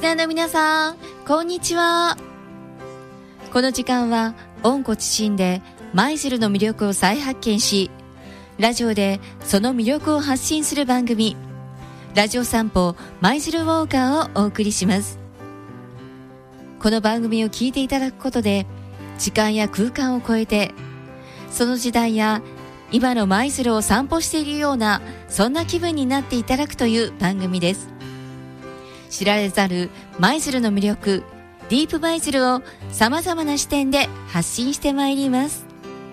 ナーの皆さん、こんにちは。この時間は温故知新で舞鶴の魅力を再発見し、ラジオでその魅力を発信する番組、ラジオ散歩舞鶴ウォーカーをお送りします。この番組を聞いていただくことで、時間や空間を超えて、その時代や今の舞鶴を散歩しているような、そんな気分になっていただくという番組です。知られざる舞鶴の魅力、ディープ舞鶴をさまざまな視点で発信してまいります。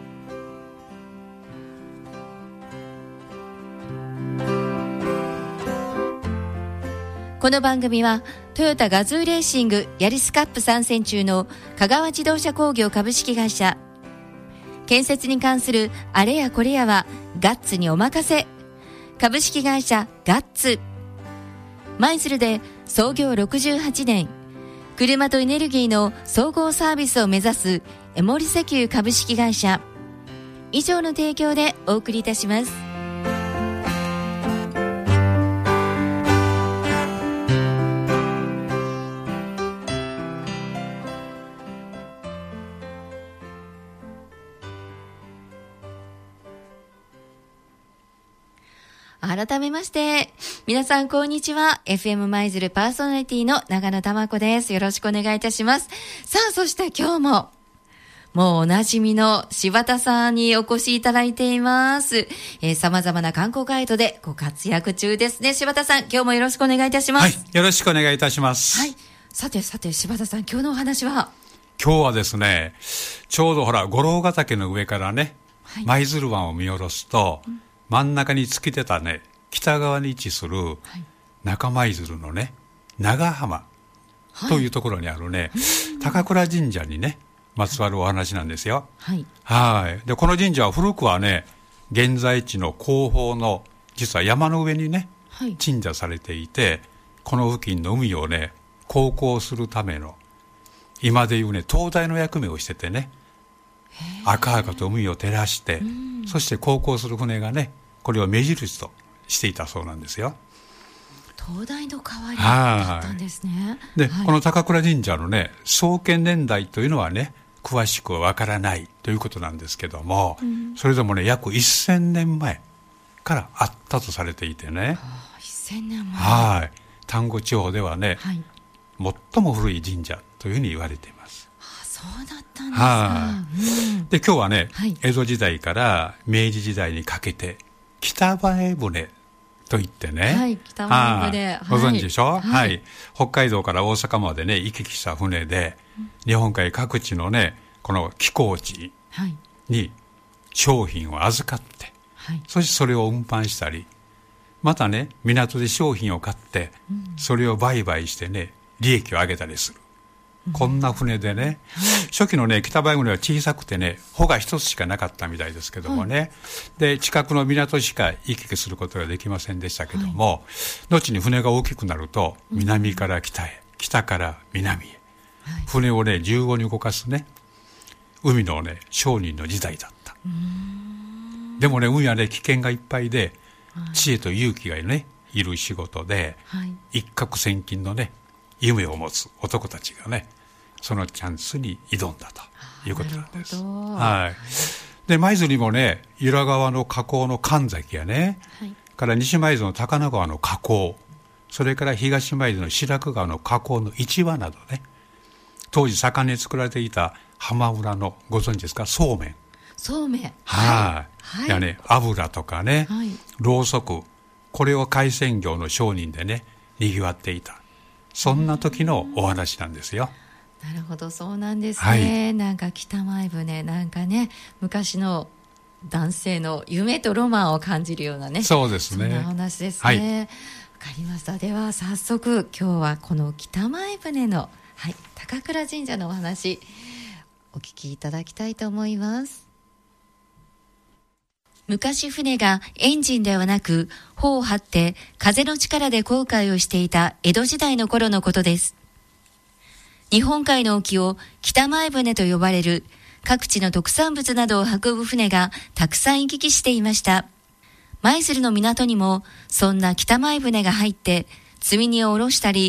この番組はトヨタガズーレーシングヤリスカップ参戦中の香川自動車工業株式会社、建設に関するあれやこれやはガッツにお任せ、株式会社ガッツ、舞鶴で創業68年、車とエネルギーの総合サービスを目指すエモリ石油株式会社、以上の提供でお送りいたします。改めまして皆さんこんにちは。 FM 舞鶴パーソナリティの長野玉子です。よろしくお願いいたします。さあ、そして今日ももうおなじみの柴田さんにお越しいただいています。様々な観光ガイドでご活躍中ですね。柴田さん、今日もよろしくお願いいたします。 はい、よろしくお願いいたします。 はい、さて柴田さん、今日のお話は？ 今日はですね、ちょうど五郎ヶ岳の上からね、舞鶴湾を見下ろすと、真ん中に突き出たね、北側に位置する中舞鶴のね、長浜というところにあるね、高倉神社にねまつわるお話なんですよ。で、この神社は古くはね、現在地の後方の実は山の上にね、鎮座されていて、この付近の海をね航行するための、今でいうね灯台の役目をしててね、赤々と海を照らして、そして航行する船がね、これを目印としていたそうなんですよ。 灯台の代わりだったんですね。 で、この高倉神社のね創建年代というのはね詳しくはわからないということなんですけども、それでもね約1000年前からあったとされていてね、 1000年前、 丹後地方ではね、最も古い神社というふうに言われています。 そうだったんですか。 で、今日はね、江戸時代から明治時代にかけて北前船といってね、 北前船、 ご存知でしょ。北海道から大阪までね行き来した船で、日本海各地のねこの寄港地に商品を預かって、そしてそれを運搬したり、またね港で商品を買って、それを売買してね利益を上げたりする、こんな船でね、初期のね北前船は小さくてね帆が一つしかなかったみたいですけどもね、で近くの港しか行き来することができませんでしたけども、後に船が大きくなると南から北へ、北から南へ、船をね15に動かすね海のね商人の時代だった。でもね海はね危険がいっぱいで、知恵と勇気がねいる仕事で、一攫千金のね夢を持つ男たちがねそのチャンスに挑んだということなんです。で、舞鶴にもね由良川の河口の神崎やね、から西舞鶴の高野川の河口、それから東舞鶴の白く川の河口の市場などね、当時盛んに作られていた浜村の、ご存知ですか、そうめんやね、油とかね、ろうそく、これを海鮮業の商人でねにぎわっていた、そんな時のお話なんですよ。 なるほど、そうなんですね。なんか北前船、なんかね昔の男性の夢とロマンを感じるようなね、 そうですね、 そんなお話ですね。わかりました。では早速今日はこの北前船の、高倉神社のお話お聞きいただきたいと思います。昔船がエンジンではなく帆を張って風の力で航海をしていた江戸時代の頃のことです。日本海の沖を北前船と呼ばれる各地の特産物などを運ぶ船がたくさん行き来していました。舞鶴の港にもそんな北前船が入って積み荷を下ろしたり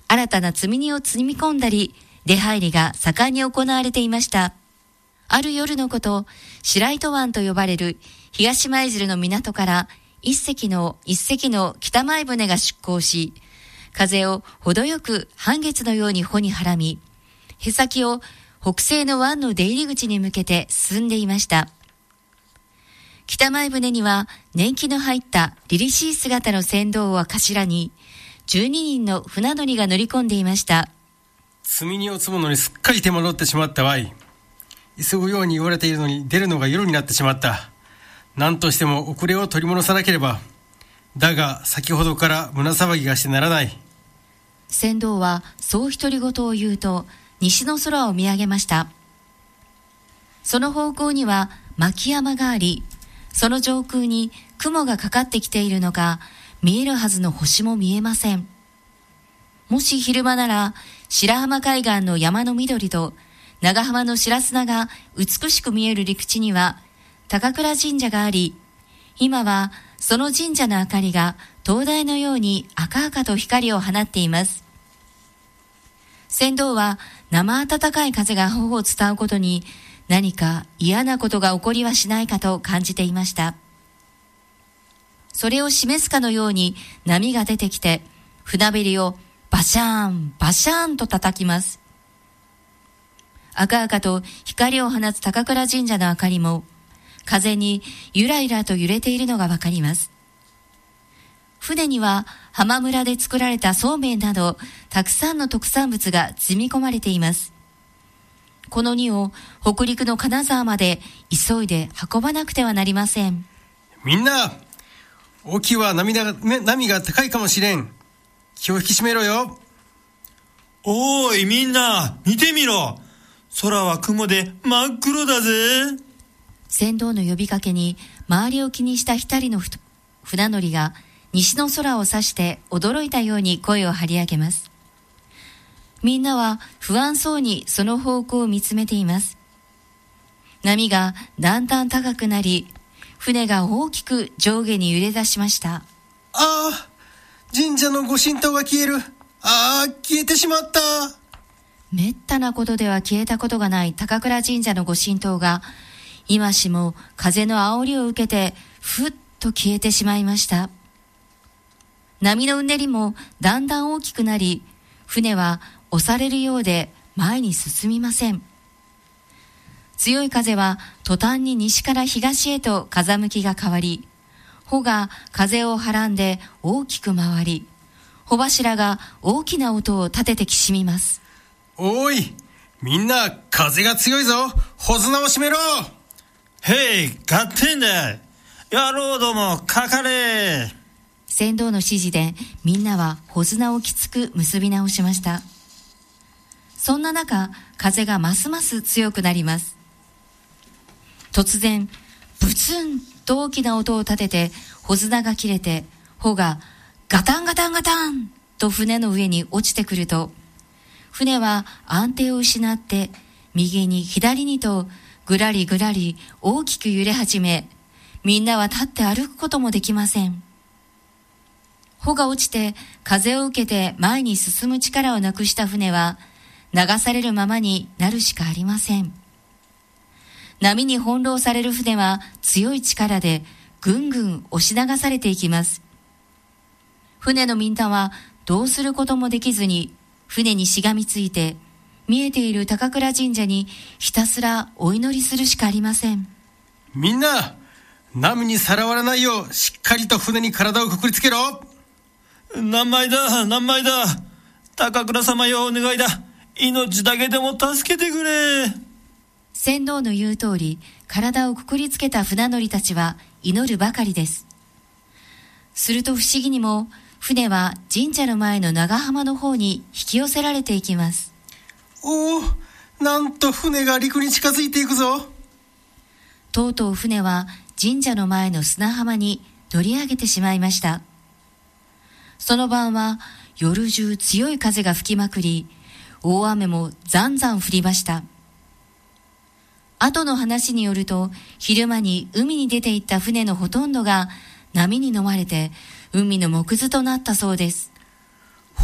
新たな積み荷を積み込んだり、出入りが盛んに行われていました。ある夜のこと、白糸湾と呼ばれる東舞鶴の港から一隻の北前船が出港し、風を程よく半月のように帆にはらみ、舳先を北西の湾の出入り口に向けて進んでいました。北前船には年季の入った凛々しい姿の船頭を頭に12人の船乗りが乗り込んでいました。 積み荷を積むのにすっかり手間取ってしまったわい。急ぐように言われているのに出るのが夜になってしまった。何としても遅れを取り戻さなければ。だが先ほどから胸騒ぎがしてならない。 船頭はそう独り言を言うと西の空を見上げました。その方向には牧山があり、その上空に雲がかかってきているのか、見えるはずの星も見えません。もし昼間なら白浜海岸の山の緑と長浜の白砂が美しく見える陸地には高倉神社があり、今はその神社の明かりが灯台のように赤々と光を放っています。船頭は生暖かい風が頬を伝うことに何か嫌なことが起こりはしないかと感じていました。それを示すかのように波が出てきて船べりをバシャーンバシャーンと叩きます。赤々と光を放つ高倉神社の明かりも風にゆらゆらと揺れているのがわかります。船には浜村で作られたそうめんなどたくさんの特産物が積み込まれています。この荷を北陸の金沢まで急いで運ばなくてはなりません。 みんな、沖は波が高いかもしれん。気を引き締めろよ。 おーいみんな、見てみろ。空は雲で真っ黒だぜ。 船頭の呼びかけに周りを気にした一人の船乗りが西の空を指して驚いたように声を張り上げます。みんなは不安そうにその方向を見つめています。波がだんだん高くなり、船が大きく上下に揺れ出しました。 ああ、神社のご神灯が消える。ああ、消えてしまった。 めったなことでは消えたことがない高倉神社のご神灯が今しも風の煽りを受けてふっと消えてしまいました。波のうねりもだんだん大きくなり、船は押されるようで前に進みません。強い風は途端に西から東へと風向きが変わり、帆が風をはらんで大きく回り、帆柱が大きな音を立ててきしみます。 おい、みんな風が強いぞ。帆綱を締めろ。 へい、合点だ。野郎どもかかれ。 船頭の指示でみんなは帆綱をきつく結び直しました。そんな中、風がますます強くなります。突然ブツンと大きな音を立てて帆綱が切れて、帆がガタンガタンガタンと船の上に落ちてくると、船は安定を失って右に左にとぐらりぐらり大きく揺れ始め、みんなは立って歩くこともできません。帆が落ちて風を受けて前に進む力をなくした船は流されるままになるしかありません。波に翻弄される船は強い力でぐんぐん押し流されていきます。船のみんなはどうすることもできずに船にしがみついて見えている高倉神社にひたすらお祈りするしかありません。 みんな、波にさらわれないようしっかりと船に体をくくりつけろ。 何枚だ何枚だ。高倉様よ、お願いだ。命だけでも助けてくれ。 船頭の言う通り、体をくくりつけた船乗りたちは祈るばかりです。すると不思議にも船は神社の前の長浜の方に引き寄せられていきます。 おお、なんと船が陸に近づいていくぞ。 とうとう船は神社の前の砂浜に乗り上げてしまいました。その晩は夜中強い風が吹きまくり、大雨もざんざん降りました。後の話によると、昼間に海に出て行った船のほとんどが波に飲まれて海の藻くずとなったそうです。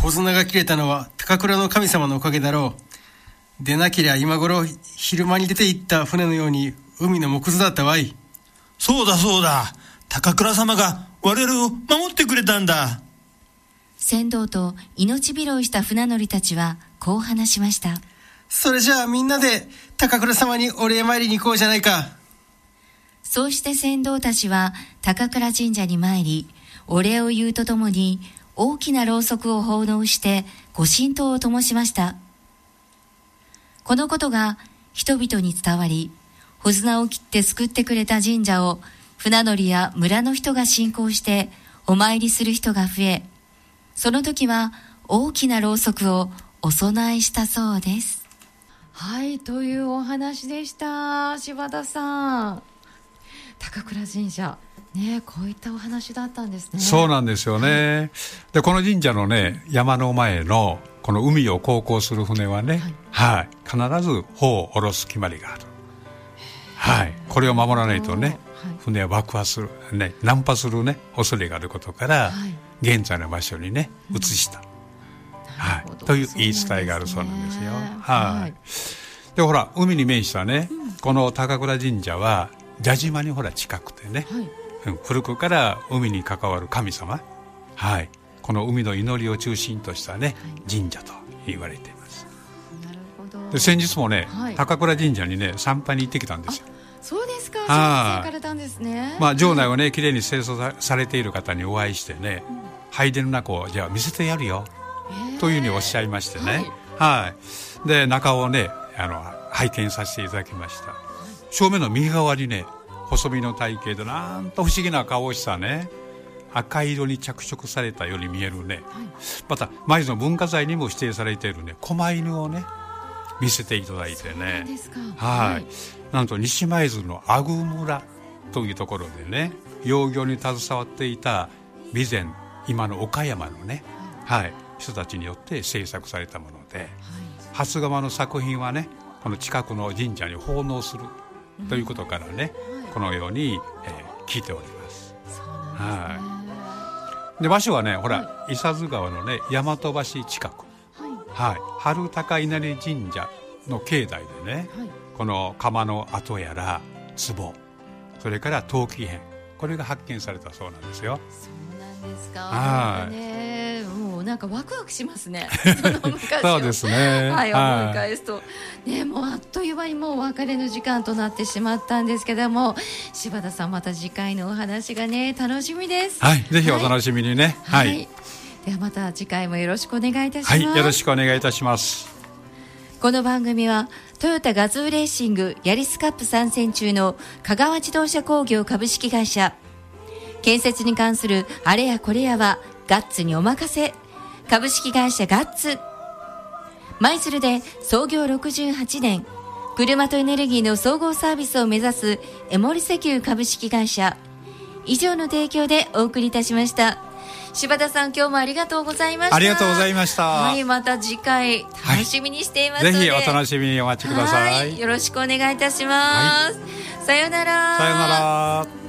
穂綱が切れたのは高倉の神様のおかげだろう。でなけりゃ今頃昼間に出て行った船のように海の木図だったわい。 そうだそうだ、高倉様が我々を守ってくれたんだ。 船頭と命拾いした船乗りたちはこう話しました。 それじゃあみんなで高倉様にお礼参りに行こうじゃないか。 そうして船頭たちは高倉神社に参り、お礼を言うとともに大きなろうそくを奉納して御神灯を灯しました。このことが人々に伝わり、穂綱を切って救ってくれた神社を船乗りや村の人が信仰してお参りする人が増え、その時は大きなろうそくをお供えしたそうです。はい、というお話でした。柴田さん、高倉神社ね、こういったお話だったんですね。 そうなんですよね。でこの神社のね、山の前のこの海を航行する船はね、はい、必ず帆を下ろす決まりがある。はい、これを守らないとね、船は爆破する、ね、難破するね恐れがあることから、現在の場所にね移した、はい、という言い伝えがあるそうなんですよ。はい。でほら海に面したね、この高倉神社は蛇島にほら近くてね、古くから海に関わる神様、はい、この海の祈りを中心としたね、神社と言われています。 なるほど。 で先日もね、高倉神社にね参拝に行ってきたんですよ。 そうですか。行かれたんですね。 城内をねきれいに清掃されている方にお会いしてね、拝殿の中をじゃあ見せてやるよというふうにおっしゃいましてね、で中をね拝見させていただきました。正面の右側にね細身の体型でなんと不思議な顔をしたね、赤色に着色されたように見えるね、また舞鶴の文化財にも指定されているね狛犬をね見せていただいてね、なんと西舞鶴の阿久村というところでね、養魚に携わっていた備前、今の岡山のね、人たちによって制作されたもので、初窯の作品はねこの近くの神社に奉納するということからね、このように、聞いております。 そうなんですね。 で場所はねほら伊佐津川のね大和橋近く、春高稲荷神社の境内でね、この窯の跡やら壺、それから陶器片、これが発見されたそうなんですよ。 そうなんですか。もうなんかワクワクしますね。その昔をそうですね。 思い返すと、もうあっという間にもうお別れの時間となってしまったんですけども、柴田さんまた次回のお話がね楽しみです。 ぜひお楽しみにね。 ではまた次回もよろしくお願いいたします。 よろしくお願いいたします。 この番組はトヨタガズーレーシングヤリスカップ参戦中の香川自動車工業株式会社、建設に関するあれやこれやはガッツにお任せ株式会社ガッツ、舞鶴で創業68年車とエネルギーの総合サービスを目指すエモリ石油株式会社、以上の提供でお送りいたしました。柴田さん、今日もありがとうございました。 ありがとうございました。 また次回楽しみにしていますので、 ぜひお楽しみにお待ちください。 よろしくお願いいたします。さようなら。 さようなら。